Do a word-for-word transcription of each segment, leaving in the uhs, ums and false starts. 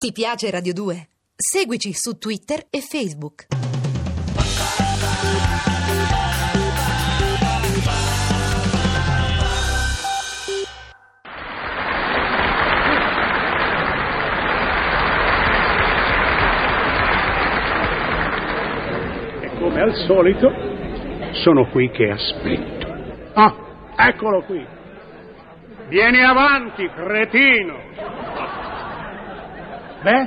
Ti piace Radio due? Seguici su Twitter e Facebook. E come al solito sono qui che aspetto. Ah, eccolo qui. Vieni avanti, cretino. Beh,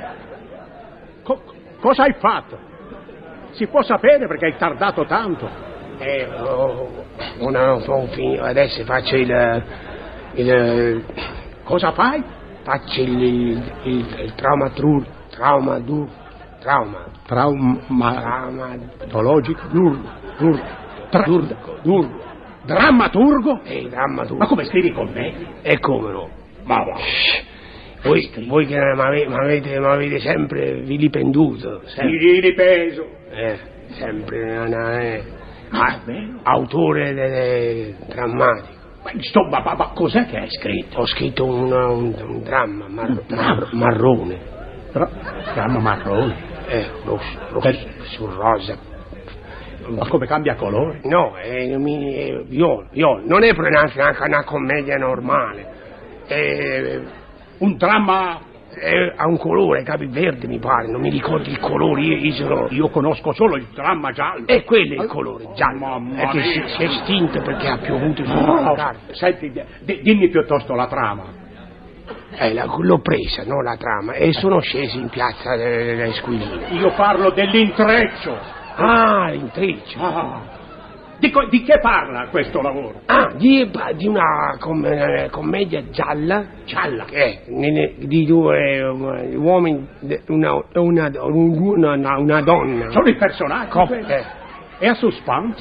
co- cosa hai fatto? Si può sapere perché hai tardato tanto. Eh, oh, una, un fin- adesso faccio il, il... Cosa fai? Faccio il, il, il, il traumatur... Trauma... Du, trauma... Trauma... Traumatologico... Dur... Dur... Tra- Durgo... Durgo... Drammaturgo? Eh, drammaturgo... Ma come scrivi con me? E come no? Ma va. Voi, voi che mi avete sempre vilipenduto, sempre, Vilipeso. eh, sempre una, eh, Ah, è vero? autore de, drammatico. Ma insomma, ma, ma cos'è che hai scritto? Ho scritto una, un, un dramma mar, Un dramma? mar, marrone, Dra- Dramma marrone. eh, rosso, rosso Per- su rosa. Ma come cambia colore? No, è, mi- è viola, viola. Non è per neanche una, una commedia normale. È, Un dramma... è, ha un colore, capi, verde mi pare, non mi ricordo il colore, io, io sono... Io conosco solo il dramma giallo. E quello è il colore giallo, Mamma è che si, mia. si è estinto perché ha piovuto su Oh, una carta. senti, d- dimmi piuttosto la trama. Eh, la- l'ho presa, no, la trama, e sono scesi in piazza delle, delle Squiline. Io parlo dell'intreccio. Ah, l'intreccio. Ah. Di, co- di che parla questo lavoro? Ah, di, di una com- eh, commedia gialla, Gialla. eh, ne- di due eh, uomini, de- una, una, una, una, una donna. Sono i personaggi. Co- quelli. eh, È a suspense?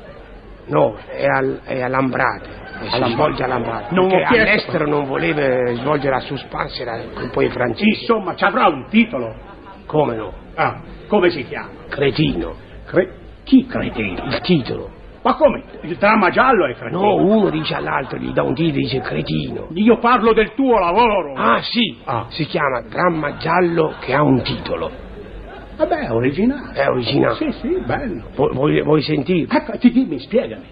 no, è, al, è a Lambrate, e si Lambrate. svolge a Lambrate, Non perché ho chiesto- all'estero non voleva svolgere a suspense, era un po' i francesi. Insomma, ci avrà un titolo. Come no? Ah, come si chiama? Cretino, Cre- Chi cretino? il titolo. Ma come? Il dramma giallo è cretino? No, uno dice all'altro, gli dà un titolo e dice cretino. Io parlo del tuo lavoro. Ah sì, Ah. si chiama Dramma giallo che ha un titolo. Vabbè, è originale. È originale. Sì, sì, bello. Vuoi, vuoi, vuoi sentire? Ecco, ti dimmi, spiegami.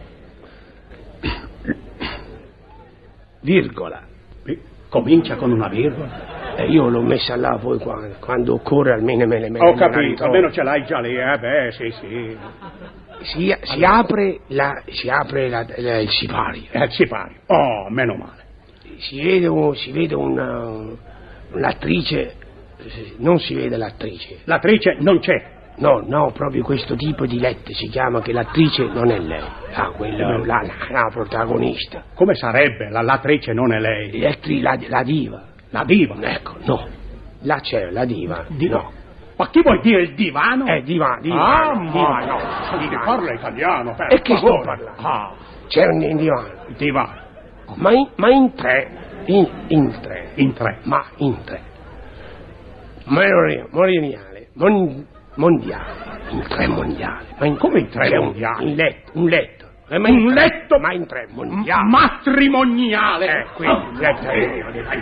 Virgola. Comincia con una virgola. E io l'ho messa là poi quando, quando occorre almeno me le metto. Ho capito, almeno ce l'hai già lì, eh beh, sì, sì. Si, si apre, la, si apre la, la- il sipario. Eh, si pare. Oh, meno male. Si vede, un- si vede una, un'attrice, non si vede l'attrice. L'attrice non c'è. No, no, proprio questo tipo di letto si chiama che l'attrice non è lei. Ah, quella, la, la, la protagonista. Come sarebbe? La, l'attrice non è lei. L'attrice, la, la diva. La diva. Ecco, no. Là c'è la diva. Diva. No. Ma chi vuol dire il divano? Eh, diva, diva. Ah, no, ma diva, no. no. Si Diva. parla italiano, per E che sto favore. parlando? Ah, C'è un divano. il divano. Ma in, ma in tre. In, in tre. In tre. Ma in tre. Moriale, moriale, mon, mondiale. In tre mondiale. Ma in, Come in tre c'è un- mondiali? Un letto, un letto. Eh, ma Un in tre, letto? Ma in tre M- mondiali. matrimoniale. Eh, quindi, Ah. letto, eh,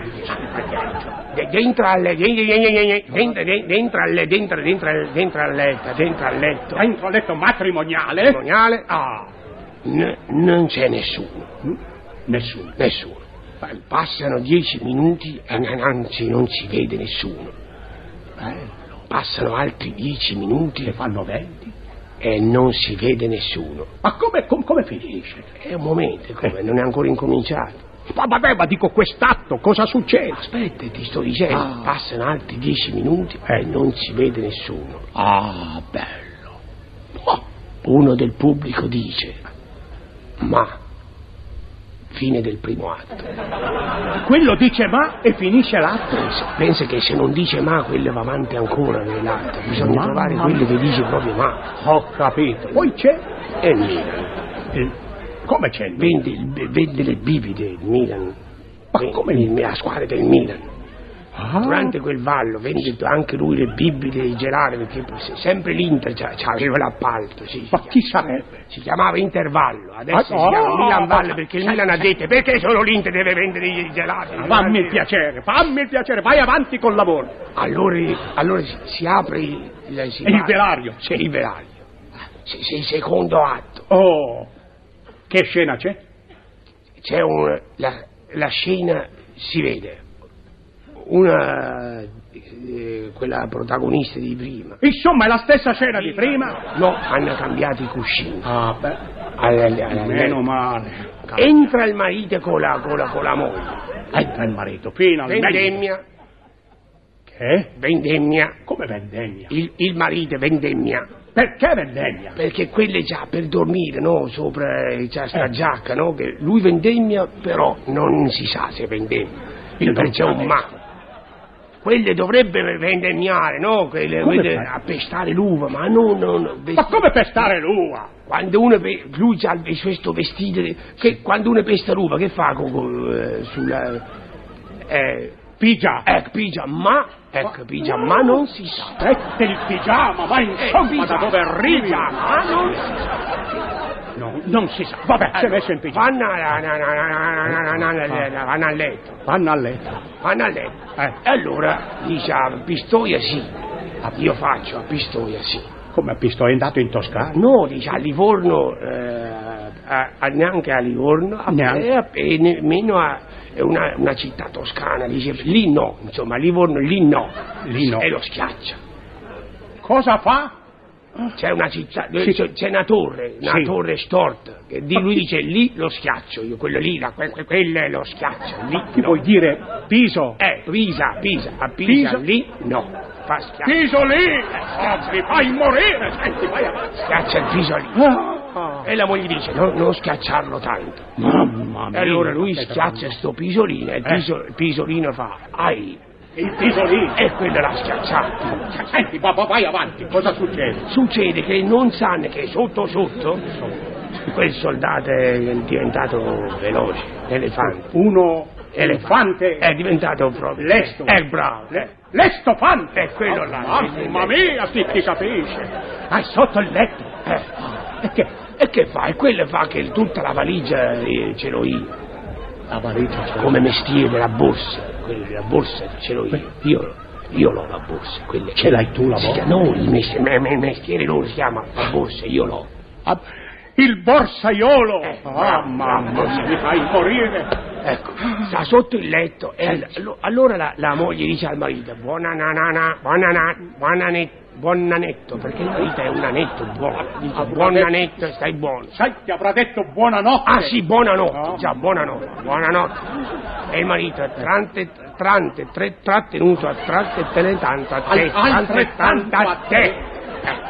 De- dentro al dentro dentro dentro al dentro dentro al dentro al letto dentro al letto Dentro al letto matrimoniale? matrimoniale Ah, n- non c'è nessuno, nessuno. nessuno. Passano dieci minuti e n- anzi non si vede nessuno. Bello. Passano altri dieci minuti Ne fanno venti. e non si vede nessuno. Ma come, com- come finisce? È un momento, come non è ancora incominciato. Ma vabbè, ma dico quest'atto, cosa succede? Aspetta, ti sto dicendo, Ah. passano altri dieci minuti e non si vede nessuno. Ah, bello. Oh, uno del pubblico dice, ma, fine del primo atto. Quello dice ma e finisce l'atto. Pensa, pensa che se non dice ma, quello va avanti ancora nell'atto. Bisogna Mamma trovare mia. quello che dice proprio ma. Ho capito. Poi c'è E il Milan. il... Come c'è il... Vende, il- vende le bibite il Milan. Ma Vende come? il- la squadra del Milan. Ah. Durante quel ballo vende anche lui le bibite e i gelati, perché sempre l'Inter aveva l'appalto. Sì, ma chi sarebbe? Si chiamava Intervallo, adesso ah, si chiama oh, Milan Valle, perché il sai, Milan sai. ha detto perché solo l'Inter deve vendere i gelati. Fammi il piacere, fammi il piacere, vai avanti col lavoro. Allora, allora si, si apre il, il, si il velario. C'è il velario. C'è il secondo atto. Oh, che scena c'è? C'è un... La, la scena si vede. Una... Eh, quella protagonista di prima. Insomma, è la stessa scena di prima? No, hanno cambiato i cuscini. Ah, beh. Alla, alla, alla, Meno male. Entra il marito con la, con la, con la moglie. Entra il marito, finalmente. Vendemmia. Che? Vendemmia. Come vendemmia? Il, il marito vendemmia. Perché vendemmia? Perché quelle già per dormire, no? Sopra c'è sta eh. giacca, no? Che lui vendemmia, però non si sa se vendemmia. Perché c'è un ma. Quelle dovrebbe vendemmiare, no? Quelle, quelle a pestare l'uva, ma non... non ma come pestare l'uva? Quando uno... Lui ha questo vestito... Che quando uno pesta l'uva, che fa con, con, eh, sulla... Eh, pigia. Ecco, pigia, ma... Ecco, pigia, ma non si sa. Ecco il pigiama, ma insomma eh, da dove arrivi? Pigia, ma non si sa. No, non si sa. Vabbè, allora, si è messo in pigiama. Vanno a letto. Vanno a letto. Vanno a letto. Eh. E allora dice a Pistoia sì. Io faccio a Pistoia sì. Come a Pistoia? È andato in Toscana? No, dice a Livorno, eh, a, a, neanche a Livorno, a, neanche. E, e nemmeno a una, una città toscana. Dice lì no, insomma a Livorno lì no. Lì no. E lo schiaccia. Cosa fa? C'è una città, sì. c'è una torre, una sì. torre storta, che di lui dice lì lo schiaccio, io quello lì, la, que, quello lo schiaccio, lì Ti no. vuoi dire Piso? Eh, Pisa, Pisa, a Pisa, Pisa. Lì no, fa schiaccio. Piso lì! Eh, oh, mi fai morire, senti, vai avanti. Schiaccia il Piso lì. Ah. E la moglie dice, no, non schiacciarlo tanto. Mamma mia. E allora lui schiaccia sto pisolino e il, piso, eh. il pisolino fa, ai. Il pisolino? E quello l'ha schiacciato. Senti, papà, vai avanti, cosa succede? Succede che non sanno che sotto sotto quel soldato è diventato veloce, elefante. Uno elefante? È diventato proprio... Lesto? È bravo. Le, l'estofante? È quello oh, là. Mamma mia, si ti capisce. Ah, è sotto il letto? Eh. E che? E che fa? E quello fa che tutta la valigia eh, ce l'ho io. La valigia ce l'ho come mestiere, la borsa. La borsa ce l'ho io. Io, io l'ho la borsa. Quelle... Ce l'hai tu la borsa? No, il mestiere, il mestiere loro si chiama la borsa, io l'ho. Ah, il borsaiolo! Eh, ah, mamma mia, mi fai morire! Ecco, sta sotto il letto e allora la, la moglie dice al marito buona nanana, buona na, buona net, buon nanetto, perché il marito è un nanetto buono, dice buon nanetto, stai buono. Sai, ti avrà detto buonanotte. Ah sì, buonanotte, no. già, buonanotte, buonanotte. E il marito è trante, trante, tre, trattenuto a tratte tanto a te, altrettanto a te. Eh.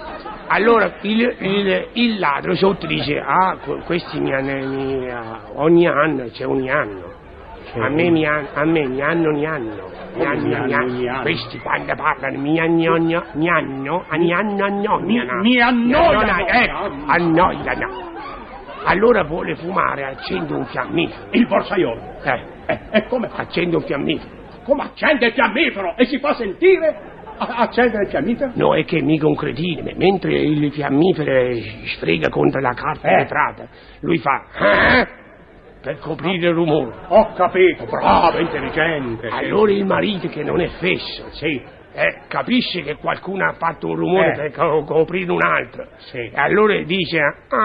Allora il, il, il ladro sotto dice, ah, questi mi hanno, mi, ogni anno, c'è ogni anno, a me mi, a me mi hanno, mi hanno, mi hanno, mi hanno, questi quando parlano mi hanno, mi hanno, mi hanno, mi annoiano, mi annoiano, ecco, annoiano. Allora vuole fumare, accende un fiammifero. Il borsaiolo? Eh, eh, e come? Accende un fiammifero. Come accende il fiammifero? E si fa sentire? Accendere il fiammifero? No, è che mica un cretino, mentre il fiammifero sfrega contro la carta eh. vetrata, lui fa eh, per coprire il rumore. Ho capito, bravo, intelligente. Allora il marito, che non è fesso, sì, eh, capisce che qualcuno ha fatto un rumore eh. per co- coprire un altro. Sì. E allora dice,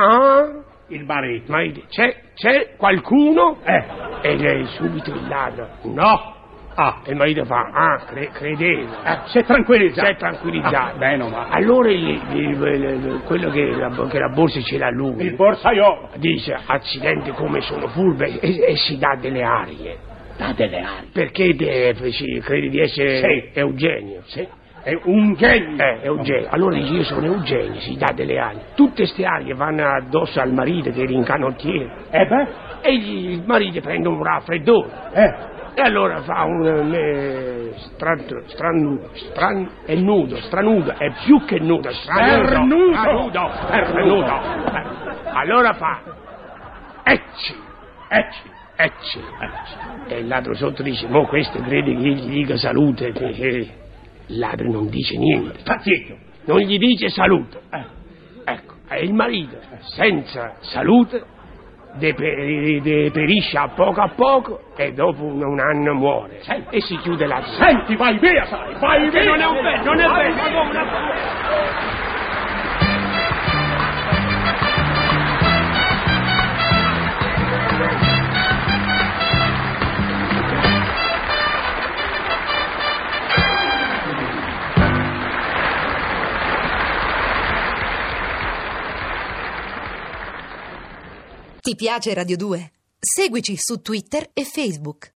ah, il marito, marito c'è, c'è qualcuno? Eh. E lei subito il ladro, no. Ah. E il marito fa, ah, cre- credevo. Eh, si è tranquillizzato. Si è tranquillizzato. Ah, bene, ma... Allora il, il, il, quello che la, che la borsa ce l'ha lui. Il borsaiolo. Dice, accidente come sono furbe, e, e si dà delle arie. Dà delle arie? Perché de, si crede di essere sì. Eugenio. Sì. È un genio. Eh, Eugenio. Allora dice, io sono Eugenio, si dà delle arie. Tutte ste arie vanno addosso al marito che è l'incanottiere. Eh beh? E gli, il marito prende un raffreddore. Eh. E allora fa un eh, stran, stranudo, stran, è nudo, stranudo, è più che nudo, stranudo, stranudo, stranudo. Allora fa, ecci, ecci, Ecce. E il ladro sotto dice, mo questo crede che gli dica salute. E il ladro non dice niente. Sta zitto. Non gli dice salute. Eh. Ecco, e il marito, senza salute, deper- deperisce a poco a poco e dopo un, un anno muore. Senti. E si chiude la vita. Senti, vai via, sai, vai via. Non è un bello, non è bello. Ma come una... Ti piace Radio due? Seguici su Twitter e Facebook.